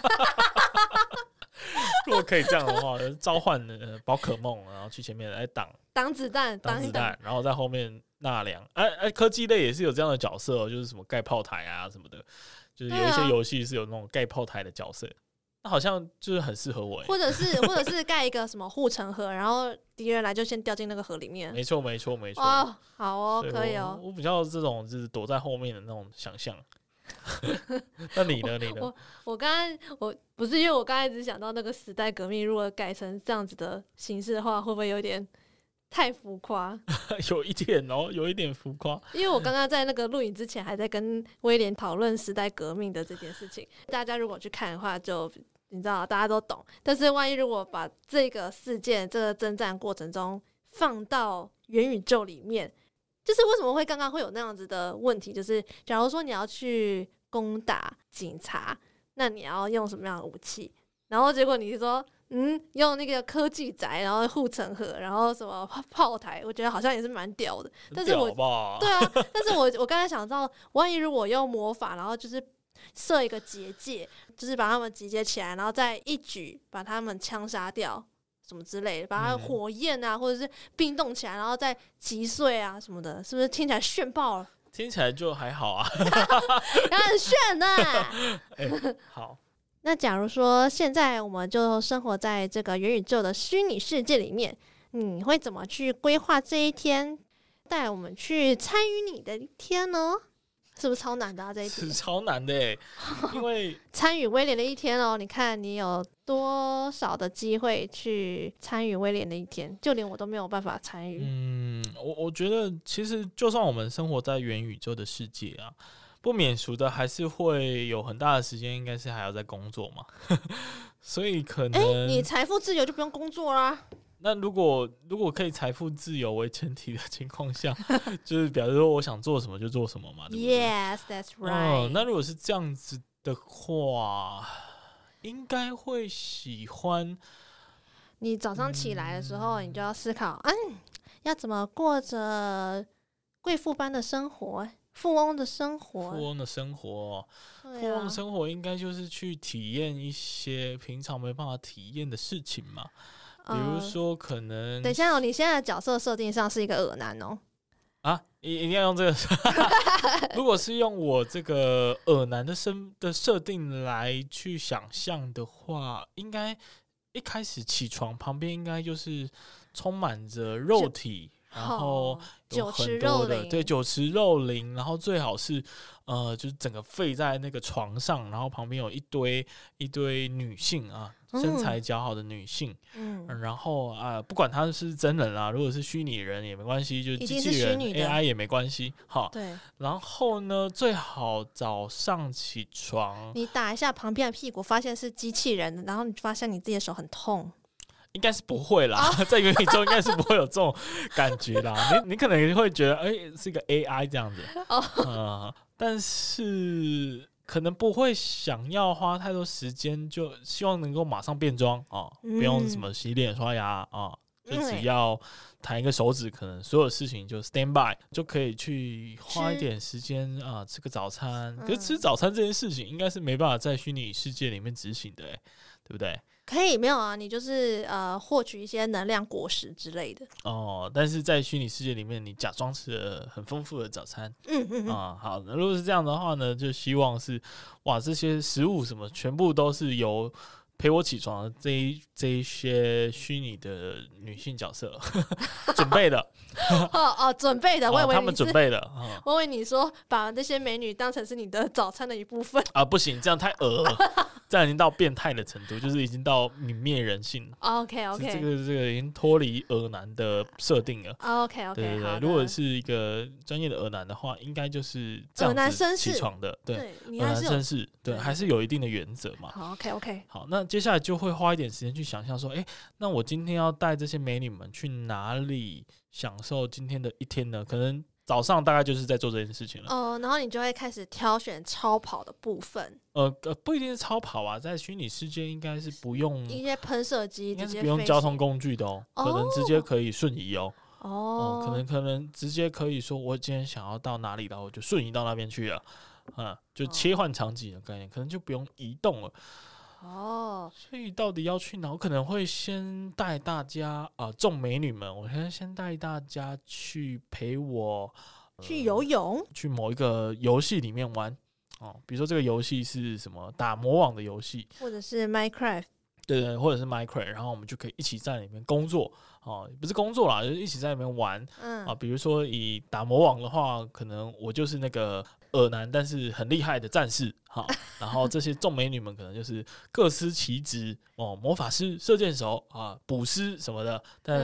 [SPEAKER 2] 如果可以这样的话，就是召唤呃宝可梦，然后去前面来挡
[SPEAKER 1] 挡子弹，
[SPEAKER 2] 挡子弹，然后在后面纳凉。哎、啊、哎、啊，科技类也是有这样的角色、喔，就是什么盖炮台啊什么的，就是有一些游戏是有那种盖炮台的角色。那好像就是很适合我、欸，
[SPEAKER 1] 或者是或者是盖一个什么护城河，然后敌人来就先掉进那个河里面。
[SPEAKER 2] 没错，没错，没错。
[SPEAKER 1] 哦，好哦，可以哦。
[SPEAKER 2] 我, 我比较这种就是躲在后面的那种想象。那你呢？你呢？
[SPEAKER 1] 我我刚刚我不是因为我刚才只想到那个时代革命，如果改成这样子的形式的话，会不会有点太浮夸，
[SPEAKER 2] 有一点哦，有一点浮夸。
[SPEAKER 1] 因为我刚刚在那个录影之前还在跟威廉讨论时代革命的这件事情，大家如果去看的话就你知道大家都懂，但是万一如果把这个事件这个征战过程中放到元宇宙里面，就是为什么会刚刚会有那样子的问题，就是假如说你要去攻打警察，那你要用什么样的武器，然后结果你说嗯，用那个科技宅，然后护城河，然后什么炮台，我觉得好像也是蛮屌的。但是我对啊，但是我我刚才想到，万一如果用魔法，然后就是设一个结界，就是把他们集结起来，然后再一举把他们枪杀掉，什么之类的，把它火焰啊，嗯、或者是冰冻起来，然后再击碎啊什么的，是不是听起来炫爆了？
[SPEAKER 2] 听起来就还好啊，
[SPEAKER 1] 很炫的、啊。
[SPEAKER 2] 欸、好。
[SPEAKER 1] 那假如说现在我们就生活在这个元宇宙的虚拟世界里面，你会怎么去规划这一天，带我们去参与你的一天呢？是不是超难的啊？这一题
[SPEAKER 2] 是超难的耶，因为
[SPEAKER 1] 参与威廉的一天哦，你看你有多少的机会去参与威廉的一天，就连我都没有办法参与。
[SPEAKER 2] 嗯，我我觉得其实就算我们生活在元宇宙的世界啊。不免俗的还是会有很大的时间，应该是还要在工作嘛，所以可能、
[SPEAKER 1] 欸、你财富自由就不用工作啦。
[SPEAKER 2] 那如果如果可以财富自由为前提的情况下，就是表示说我想做什么就做什么嘛，对不对
[SPEAKER 1] ？Yes, that's right、
[SPEAKER 2] 哦。那如果是这样子的话，应该会喜欢。
[SPEAKER 1] 你早上起来的时候，嗯、你就要思考，嗯，要怎么过着贵妇般的生活。富翁的生活，
[SPEAKER 2] 富翁的生活，
[SPEAKER 1] 啊、
[SPEAKER 2] 富翁的生活应该就是去体验一些平常没办法体验的事情嘛，比如说可能……
[SPEAKER 1] 呃、等一下哦，你现在的角色设定上是一个恶男哦。
[SPEAKER 2] 啊，一一定要用这个？如果是用我这个恶男的身的设定来去想象的话，应该一开始起床旁边应该就是充满着肉体。然后有很多的对酒池肉林，然后最好是呃，就是整个废在那个床上，然后旁边有一堆一堆女性啊，身材姣好的女性，嗯，嗯然后啊、呃，不管她是真人啦，如果是虚拟人也没关系，就是机器人 A I 也没关系，好，
[SPEAKER 1] 对。
[SPEAKER 2] 然后呢，最好早上起床，
[SPEAKER 1] 你打一下旁边的屁股，发现是机器人，然后你发现你自己的手很痛。
[SPEAKER 2] 应该是不会啦，在元宇宙应该是不会有这种感觉啦。你你可能会觉得，哎、欸，是一个 A I 这样子，呃，但是可能不会想要花太多时间，就希望能够马上变装啊、嗯，不用什么洗脸刷牙啊，就只要弹一个手指，可能所有事情就 stand by 就可以去花一点时间啊，吃个早餐。可是吃早餐这件事情，应该是没办法在虚拟世界里面执行的、欸，对不对？
[SPEAKER 1] 可以没有啊，你就是呃获取一些能量果实之类的
[SPEAKER 2] 哦。但是在虚拟世界里面，你假装吃了很丰富的早餐，嗯嗯啊、嗯，好，如果是这样的话呢，就希望是哇，这些食物什么全部都是由陪我起床的这一这一些虚拟的女性角色准备的。
[SPEAKER 1] 哦哦，准备的，我以为你是、
[SPEAKER 2] 哦、他们准备的、嗯。
[SPEAKER 1] 我以为你说把这些美女当成是你的早餐的一部分
[SPEAKER 2] 啊，不行，这样太恶了。这样已经到变态的程度，就是已经到泯灭人性了。
[SPEAKER 1] OK OK，
[SPEAKER 2] 这个这个已经脱离恶男的设定了。
[SPEAKER 1] OK OK，
[SPEAKER 2] 对对对，如果是一个专业的恶男的话，应该就是这样子起床的。对，恶男绅士，对，还是有一定的原则嘛。
[SPEAKER 1] 好 OK OK，
[SPEAKER 2] 好，那接下来就会花一点时间去想象说，哎、欸，那我今天要带这些美女们去哪里享受今天的一天呢？可能早上大概就是在做这件事情了。
[SPEAKER 1] 哦、呃，然后你就会开始挑选超跑的部分。
[SPEAKER 2] 呃呃，不一定是超跑啊，在虚拟世界应该是不用
[SPEAKER 1] 一些喷射机，
[SPEAKER 2] 应该是不用交通工具的哦，哦可能直接可以瞬移哦。哦、呃，可能可能直接可以说，我今天想要到哪里，然后我就瞬移到那边去了，啊，就切换场景的概念，可能就不用移动了。哦，所以到底要去哪？我可能会先带大家啊，众、呃、美女们，我先先带大家去陪我、
[SPEAKER 1] 呃、去游泳，
[SPEAKER 2] 去某一个游戏里面玩哦。比如说这个游戏是什么打魔网的游戏，
[SPEAKER 1] 或者是 Minecraft，
[SPEAKER 2] 对对，或者是 Minecraft， 然后我们就可以一起在里面工作哦，不是工作啦，就是一起在里面玩。嗯啊，比如说以打魔网的话，可能我就是那个恶男，但是很厉害的战士哈。然后这些众美女们可能就是各司其职哦，魔法师、射箭手啊、捕师什么的。但、嗯、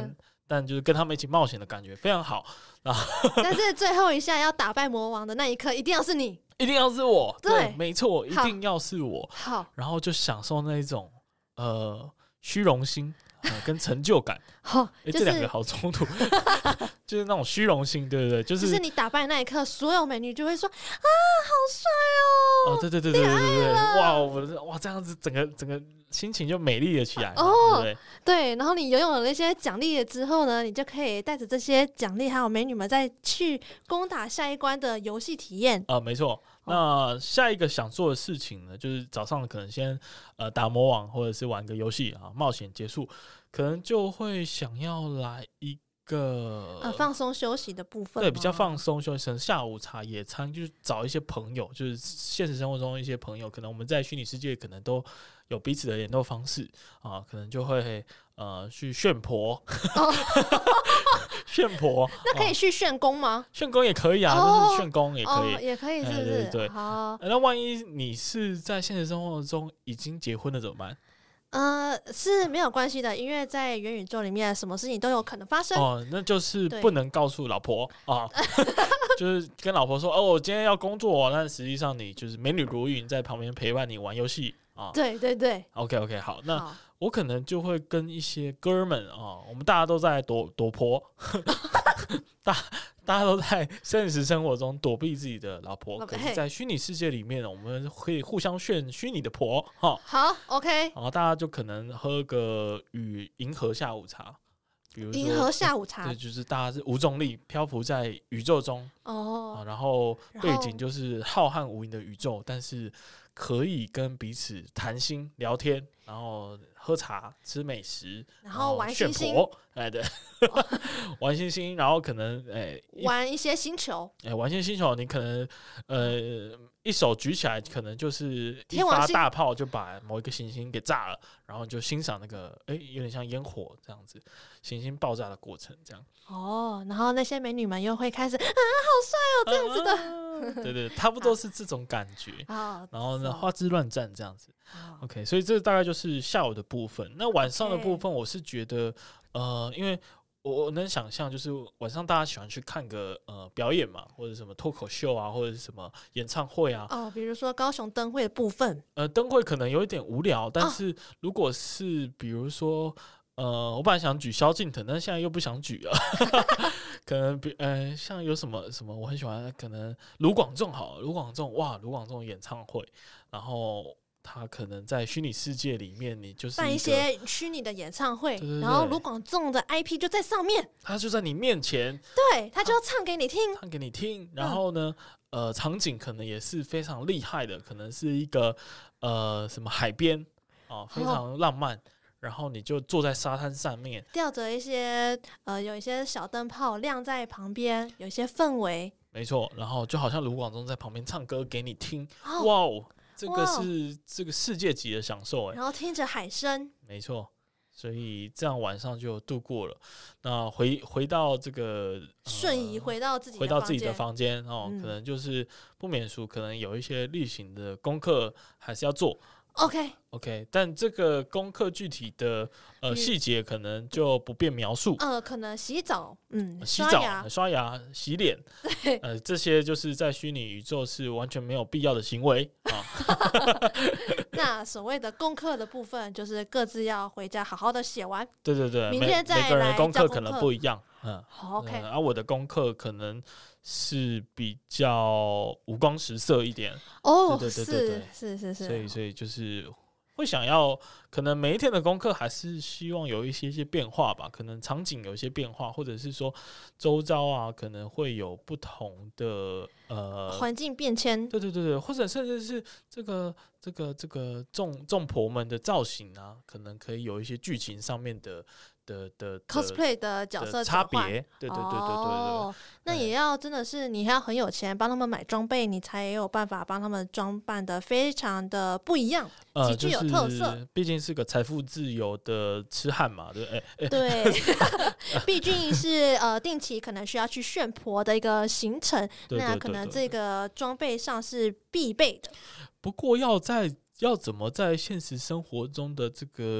[SPEAKER 2] 但就是跟他们一起冒险的感觉非常好。然后
[SPEAKER 1] 但是最后一下要打败魔王的那一刻，一定要是你，
[SPEAKER 2] 一定要是我，
[SPEAKER 1] 对，
[SPEAKER 2] 对没错，一定要是我。
[SPEAKER 1] 好，
[SPEAKER 2] 然后就享受那一种呃虚荣心、呃、跟成就感。
[SPEAKER 1] 好，
[SPEAKER 2] 哎、
[SPEAKER 1] 就是、
[SPEAKER 2] 这两个好冲突，就是那种虚荣心，对不对？就是、
[SPEAKER 1] 就是你打败那一刻，所有美女就会说啊，好帅哦！
[SPEAKER 2] 哦，对对对对对对对，哇，我的哇，这样子整个整个心情就美丽了起来，
[SPEAKER 1] 哦，
[SPEAKER 2] 对不对？
[SPEAKER 1] 对，然后你拥有了那些奖励了之后呢，你就可以带着这些奖励还有美女们再去攻打下一关的游戏体验。
[SPEAKER 2] 啊、呃，没错。那下一个想做的事情呢，就是早上可能先呃打魔网，或者是玩个游戏啊，冒险结束，可能就会想要来一个
[SPEAKER 1] 呃放松休息的部分，
[SPEAKER 2] 对，比较放松休息，下午茶野餐，就是找一些朋友，就是现实生活中一些朋友，可能我们在虚拟世界可能都有彼此的联络方式啊，可能就会呃去炫婆。哦炫婆，
[SPEAKER 1] 那可以去炫功吗？
[SPEAKER 2] 炫功也可以啊，
[SPEAKER 1] 哦、
[SPEAKER 2] 就是炫功也可以，
[SPEAKER 1] 哦、也可以，是不是？
[SPEAKER 2] 哎、对对对。
[SPEAKER 1] 好，
[SPEAKER 2] 那万一你是在现实生活中已经结婚了怎么办？
[SPEAKER 1] 呃，是没有关系的，因为在元宇宙里面，什么事情都有可能发生。
[SPEAKER 2] 哦，那就是不能告诉老婆啊，就是跟老婆说哦，我今天要工作，但实际上你就是美女如云在旁边陪伴你玩游戏啊。
[SPEAKER 1] 对对对
[SPEAKER 2] ，OK OK， 好，那
[SPEAKER 1] 好
[SPEAKER 2] 我可能就会跟一些哥们啊，我们大家都在躲躲婆，大大家都在现实生活中躲避自己的老婆，
[SPEAKER 1] okay.
[SPEAKER 2] 可是在虚拟世界里面，我们可以互相炫虚拟的婆哈。
[SPEAKER 1] 好 ，OK，
[SPEAKER 2] 然后大家就可能喝个与银河下午茶，比如说
[SPEAKER 1] 银河下午茶，
[SPEAKER 2] 对，就是大家是无重力漂浮在宇宙中
[SPEAKER 1] 哦、
[SPEAKER 2] 啊，然后背景就是浩瀚无垠的宇宙，但是可以跟彼此谈心聊天，然后喝茶吃美食，
[SPEAKER 1] 然后玩星星，
[SPEAKER 2] 哎对，玩星星，然后可能哎
[SPEAKER 1] 玩一些星球，
[SPEAKER 2] 哎玩一些星球，你可能呃一手举起来，可能就是一发
[SPEAKER 1] 天王星
[SPEAKER 2] 大炮就把某一个行星给炸了，然后就欣赏那个哎有点像烟火这样子，行星爆炸的过程这样。
[SPEAKER 1] 哦，然后那些美女们又会开始啊，好帅哦，这样子的。
[SPEAKER 2] 啊对对，差不多是这种感觉。然后呢，花枝乱颤这样子。OK， 所以这大概就是下午的部分。那晚上的部分，我是觉得，呃，因为我我能想象，就是晚上大家喜欢去看个呃表演嘛，或者什么脱口秀啊，或者是什么演唱会啊。
[SPEAKER 1] 哦，比如说高雄灯会的部分。
[SPEAKER 2] 呃，灯会可能有一点无聊，但是如果是比如说。呃，我本来想举萧敬腾，但是现在又不想举了。可能比呃，像有什么什么，我很喜欢，可能卢广仲好了，卢广仲哇，卢广仲演唱会，然后他可能在虚拟世界里面，你就是
[SPEAKER 1] 办一些虚拟的演唱会，
[SPEAKER 2] 对对对，
[SPEAKER 1] 然后卢广仲的 I P 就在上面，
[SPEAKER 2] 他就在你面前，
[SPEAKER 1] 对，他就要唱给你听，
[SPEAKER 2] 唱给你听，然后呢，嗯、呃，场景可能也是非常厉害的，可能是一个呃什么海边啊、呃，非常浪漫。哦，然后你就坐在沙滩上面，
[SPEAKER 1] 吊着一些呃，有一些小灯泡亮在旁边，有一些氛围。
[SPEAKER 2] 没错，然后就好像卢广仲在旁边唱歌给你听，
[SPEAKER 1] 哦、
[SPEAKER 2] 哇哦，这个是这个世界级的享受哎。
[SPEAKER 1] 然后听着海声，
[SPEAKER 2] 没错，所以这样晚上就度过了。那回回到这个
[SPEAKER 1] 瞬移回到自己
[SPEAKER 2] 回到自己的房间哦、嗯，可能就是不免俗，可能有一些例行的功课还是要做。
[SPEAKER 1] OK
[SPEAKER 2] OK， 但这个功课具体的呃细节可能就不便描述。
[SPEAKER 1] 呃，可能洗澡，嗯，
[SPEAKER 2] 洗澡、刷牙、刷牙洗脸，
[SPEAKER 1] 对，
[SPEAKER 2] 呃，这些就是在虚拟宇宙是完全没有必要的行为啊。
[SPEAKER 1] 那所谓的功课的部分，就是各自要回家好好的写完。
[SPEAKER 2] 对对对，
[SPEAKER 1] 明天再来
[SPEAKER 2] 每个人的功课
[SPEAKER 1] 课
[SPEAKER 2] 可能不一样。嗯，
[SPEAKER 1] 好 ，OK。
[SPEAKER 2] 而、呃啊、我的功课可能是比较五光十色一点。
[SPEAKER 1] 哦，
[SPEAKER 2] 对对对对对，
[SPEAKER 1] 是是是是，
[SPEAKER 2] 所以所以就是会想要，可能每一天的功课还是希望有一些些变化吧，可能场景有一些变化，或者是说周遭啊可能会有不同的呃
[SPEAKER 1] 环境变迁。
[SPEAKER 2] 对对对对，或者甚至是这个这个这个众众婆们的造型啊，可能可以有一些剧情上面的。的的
[SPEAKER 1] cosplay 的角色
[SPEAKER 2] 差别，对对对对对对，
[SPEAKER 1] 哦，那也要真的是你还要很有钱，帮他们买装备，你才有办法帮他们装扮的非常的不一样，
[SPEAKER 2] 呃，
[SPEAKER 1] 极具有特色。
[SPEAKER 2] 就是、毕竟是个财富自由的痴汉嘛，对不对？欸、
[SPEAKER 1] 对，毕竟是呃定期可能需要去炫婆的一个行程，
[SPEAKER 2] 对对对对对，
[SPEAKER 1] 那可能这个装备上是必备的。
[SPEAKER 2] 不过要在要怎么在现实生活中的这个。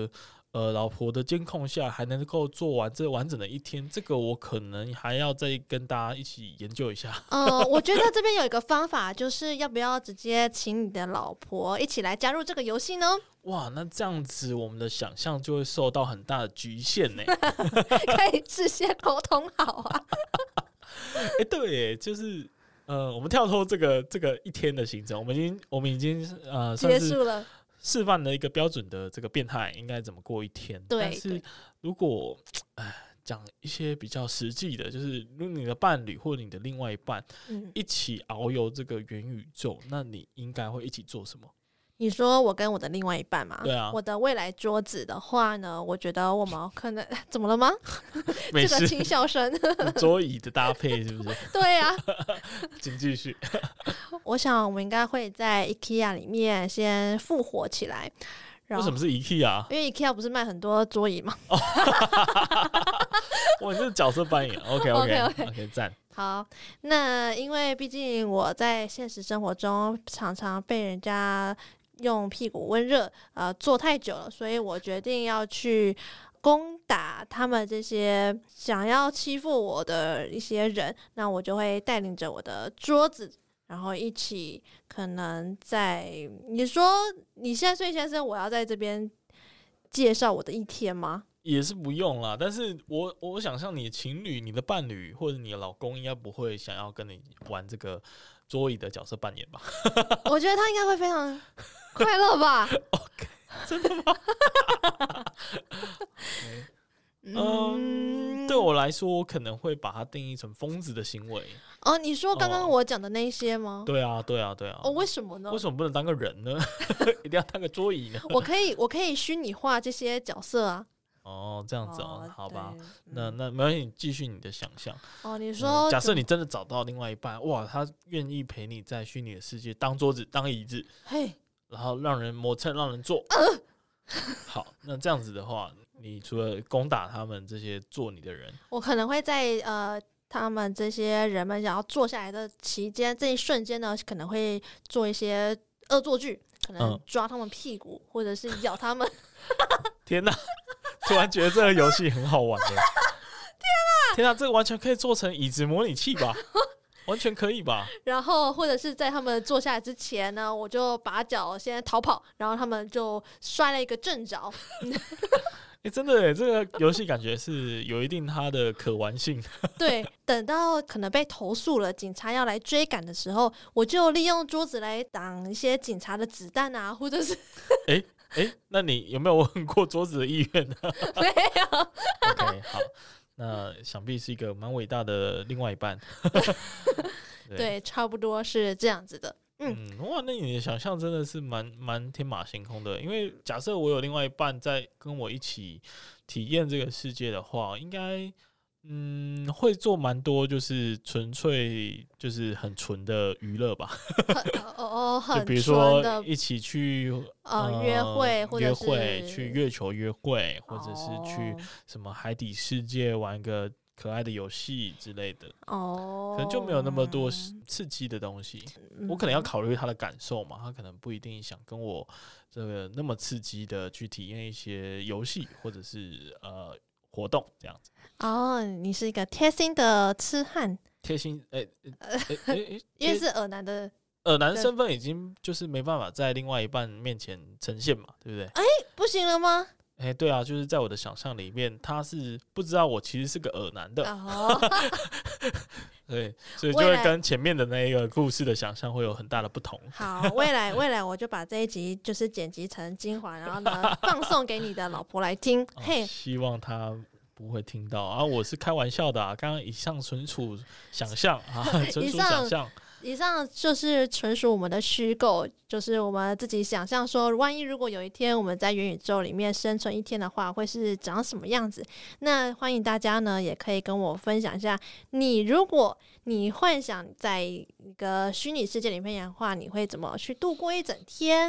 [SPEAKER 2] 呃老婆的监控下还能够做完这完整的一天，这个我可能还要再跟大家一起研究一下。
[SPEAKER 1] 呃，我觉得这边有一个方法，就是要不要直接请你的老婆一起来加入这个游戏呢？
[SPEAKER 2] 哇，那这样子我们的想象就会受到很大的局限呢。
[SPEAKER 1] 可以事先沟通好啊。
[SPEAKER 2] 哎、欸，对耶，就是呃，我们跳脱这个这个一天的行程，我们已经我们已经呃
[SPEAKER 1] 结束了，
[SPEAKER 2] 示范了一个标准的这个变态应该怎么过一天。
[SPEAKER 1] 对，
[SPEAKER 2] 但是如果哎讲一些比较实际的，就是如果你的伴侣或者你的另外一半、嗯、一起遨游这个元宇宙，那你应该会一起做什么？
[SPEAKER 1] 你说我跟我的另外一半嘛？
[SPEAKER 2] 对啊。
[SPEAKER 1] 我的未来桌子的话呢，我觉得我们可能怎么了吗？
[SPEAKER 2] 没事，
[SPEAKER 1] 这个轻笑声。
[SPEAKER 2] 桌椅的搭配是不是？
[SPEAKER 1] 对啊。
[SPEAKER 2] 请继续。
[SPEAKER 1] 我想我们应该会在 IKEA 里面先复活起来。
[SPEAKER 2] 为什么是 IKEA？
[SPEAKER 1] 因为 IKEA 不是卖很多桌椅吗？
[SPEAKER 2] 哇，你这是角色扮演。OK OK
[SPEAKER 1] OK
[SPEAKER 2] OK， 赞。
[SPEAKER 1] 好，那因为毕竟我在现实生活中常常被人家用屁股温热，呃，坐太久了，所以我决定要去攻打他们这些想要欺负我的一些人。那我就会带领着我的桌子，然后一起可能在你说你现在所以先生，我要在这边介绍我的一天吗？
[SPEAKER 2] 也是不用啦，但是我我想象你的情侣、你的伴侣或者你的老公应该不会想要跟你玩这个桌椅的角色扮演吧？
[SPEAKER 1] 我觉得他应该会非常快乐吧。
[SPEAKER 2] OK， 真的吗？okay. 嗯，对我来说，我可能会把它定义成疯子的行为。
[SPEAKER 1] 哦，你说刚刚我讲的那些吗？
[SPEAKER 2] 对啊，对啊，对啊。
[SPEAKER 1] 哦，为什么呢？
[SPEAKER 2] 为什么不能当个人呢？一定要当个桌椅呢？
[SPEAKER 1] 我可以，我可以虚拟化这些角色啊。
[SPEAKER 2] 哦，这样子哦，哦好吧，
[SPEAKER 1] 嗯、
[SPEAKER 2] 那那没关系，你继续你的想象。
[SPEAKER 1] 哦，你说、嗯，
[SPEAKER 2] 假设你真的找到另外一半，哇，他愿意陪你在虚拟的世界当桌子、当椅子，
[SPEAKER 1] 嘿，
[SPEAKER 2] 然后让人磨蹭、让人坐。呃、好，那这样子的话，你除了攻打他们这些做你的人，
[SPEAKER 1] 我可能会在呃。他们这些人们想要坐下来的期间，这一瞬间呢，可能会做一些恶作剧，可能抓他们屁股，嗯、或者是咬他们。
[SPEAKER 2] 天哪！突然觉得这个游戏很好玩的。天
[SPEAKER 1] 哪！
[SPEAKER 2] 天哪！这个完全可以做成椅子模拟器吧？完全可以吧？
[SPEAKER 1] 然后或者是在他们坐下来之前呢，我就把脚先逃跑，然后他们就摔了一个正着。
[SPEAKER 2] 哎、欸，真的耶，这个游戏感觉是有一定它的可玩性。
[SPEAKER 1] 对，等到可能被投诉了，警察要来追赶的时候，我就利用桌子来挡一些警察的子弹啊，或者是……
[SPEAKER 2] 哎哎、欸欸，那你有没有问过桌子的意愿呢？
[SPEAKER 1] 没有。
[SPEAKER 2] OK， 好，那想必是一个蛮伟大的另外一半。
[SPEAKER 1] 对, 对，差不多是这样子的。
[SPEAKER 2] 嗯, 嗯，哇，那你的想象真的是蛮蛮天马行空的。因为假设我有另外一半在跟我一起体验这个世界的话，应该嗯会做蛮多，就是纯粹就是很纯的娱乐吧。
[SPEAKER 1] 哦，很
[SPEAKER 2] 就比如说一起去
[SPEAKER 1] 呃, 呃约会，或者
[SPEAKER 2] 约会去月球约会，或者是去什么海底世界玩个可爱的游戏之类的哦，可能就没有那么多刺激的东西。嗯、我可能要考虑他的感受嘛，他可能不一定想跟我这个那么刺激的去体验一些游戏或者是呃活动这样子。
[SPEAKER 1] 哦，你是一个贴心的痴汉。
[SPEAKER 2] 贴心，哎哎哎哎，
[SPEAKER 1] 因为是耳男的。
[SPEAKER 2] 耳男身份已经就是没办法在另外一半面前呈现嘛，对不对？
[SPEAKER 1] 哎，不行了吗？
[SPEAKER 2] 哎、欸，对啊，就是在我的想象里面，他是不知道我其实是个耳男的，哦、对，所以就会跟前面的那一个故事的想象会有很大的不同。
[SPEAKER 1] 好，未来未来我就把这一集就是剪辑成精华，然后呢放送给你的老婆来听。
[SPEAKER 2] 哦、
[SPEAKER 1] 嘿，
[SPEAKER 2] 希望他不会听到啊，我是开玩笑的啊，刚刚以上纯属想象啊，纯属想象。
[SPEAKER 1] 以上就是纯属我们的虚构，就是我们自己想象说，万一如果有一天我们在元宇宙里面生存一天的话，会是长什么样子。那欢迎大家呢也可以跟我分享一下，你如果你幻想在一个虚拟世界里面的话，你会怎么去度过一整天。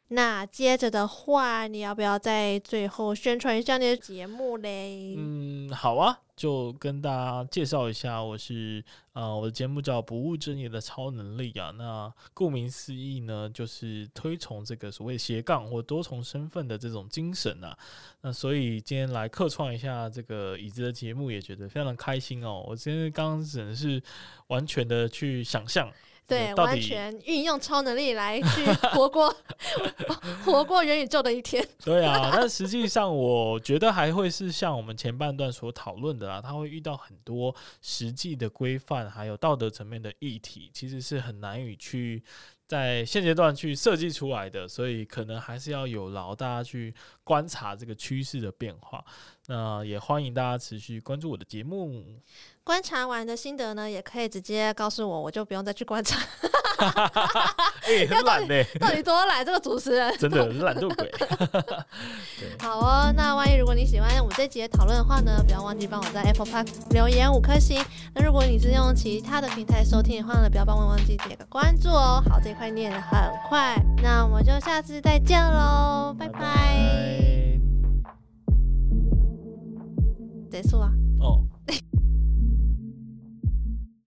[SPEAKER 1] 那接着的话，你要不要在最后宣传一下你的节目嘞？
[SPEAKER 2] 嗯，好啊，就跟大家介绍一下，我是呃，我的节目叫不务正业的超能力啊。那顾名思义呢，就是推崇这个所谓斜杠或多重身份的这种精神啊。那所以今天来客串一下这个椅子的节目，也觉得非常的开心哦。我今天刚刚只能是完全的去想象。
[SPEAKER 1] 对，完全运用超能力来去活过活过元宇宙的一天。
[SPEAKER 2] 对啊，但实际上我觉得还会是像我们前半段所讨论的啦，他会遇到很多实际的规范，还有道德层面的议题，其实是很难以去在现阶段去设计出来的，所以可能还是要有劳大家去观察这个趋势的变化。那也欢迎大家持续关注我的节目。
[SPEAKER 1] 观察完的心得呢，也可以直接告诉我，我就不用再去观察。
[SPEAKER 2] 哎、欸，很懒呢、欸，
[SPEAKER 1] 到底多懒？这个主持人
[SPEAKER 2] 真的是懒惰鬼。
[SPEAKER 1] 好哦，那万一如果你喜欢我们这集的讨论的话呢，不要忘记帮我在 Apple Park 留言五颗星。那如果你是用其他的平台收听的话呢，不要帮我忘记点个关注哦。好，这块念得很快，那我们就下次再见喽，拜拜。
[SPEAKER 2] 拜拜，
[SPEAKER 1] 结束啊。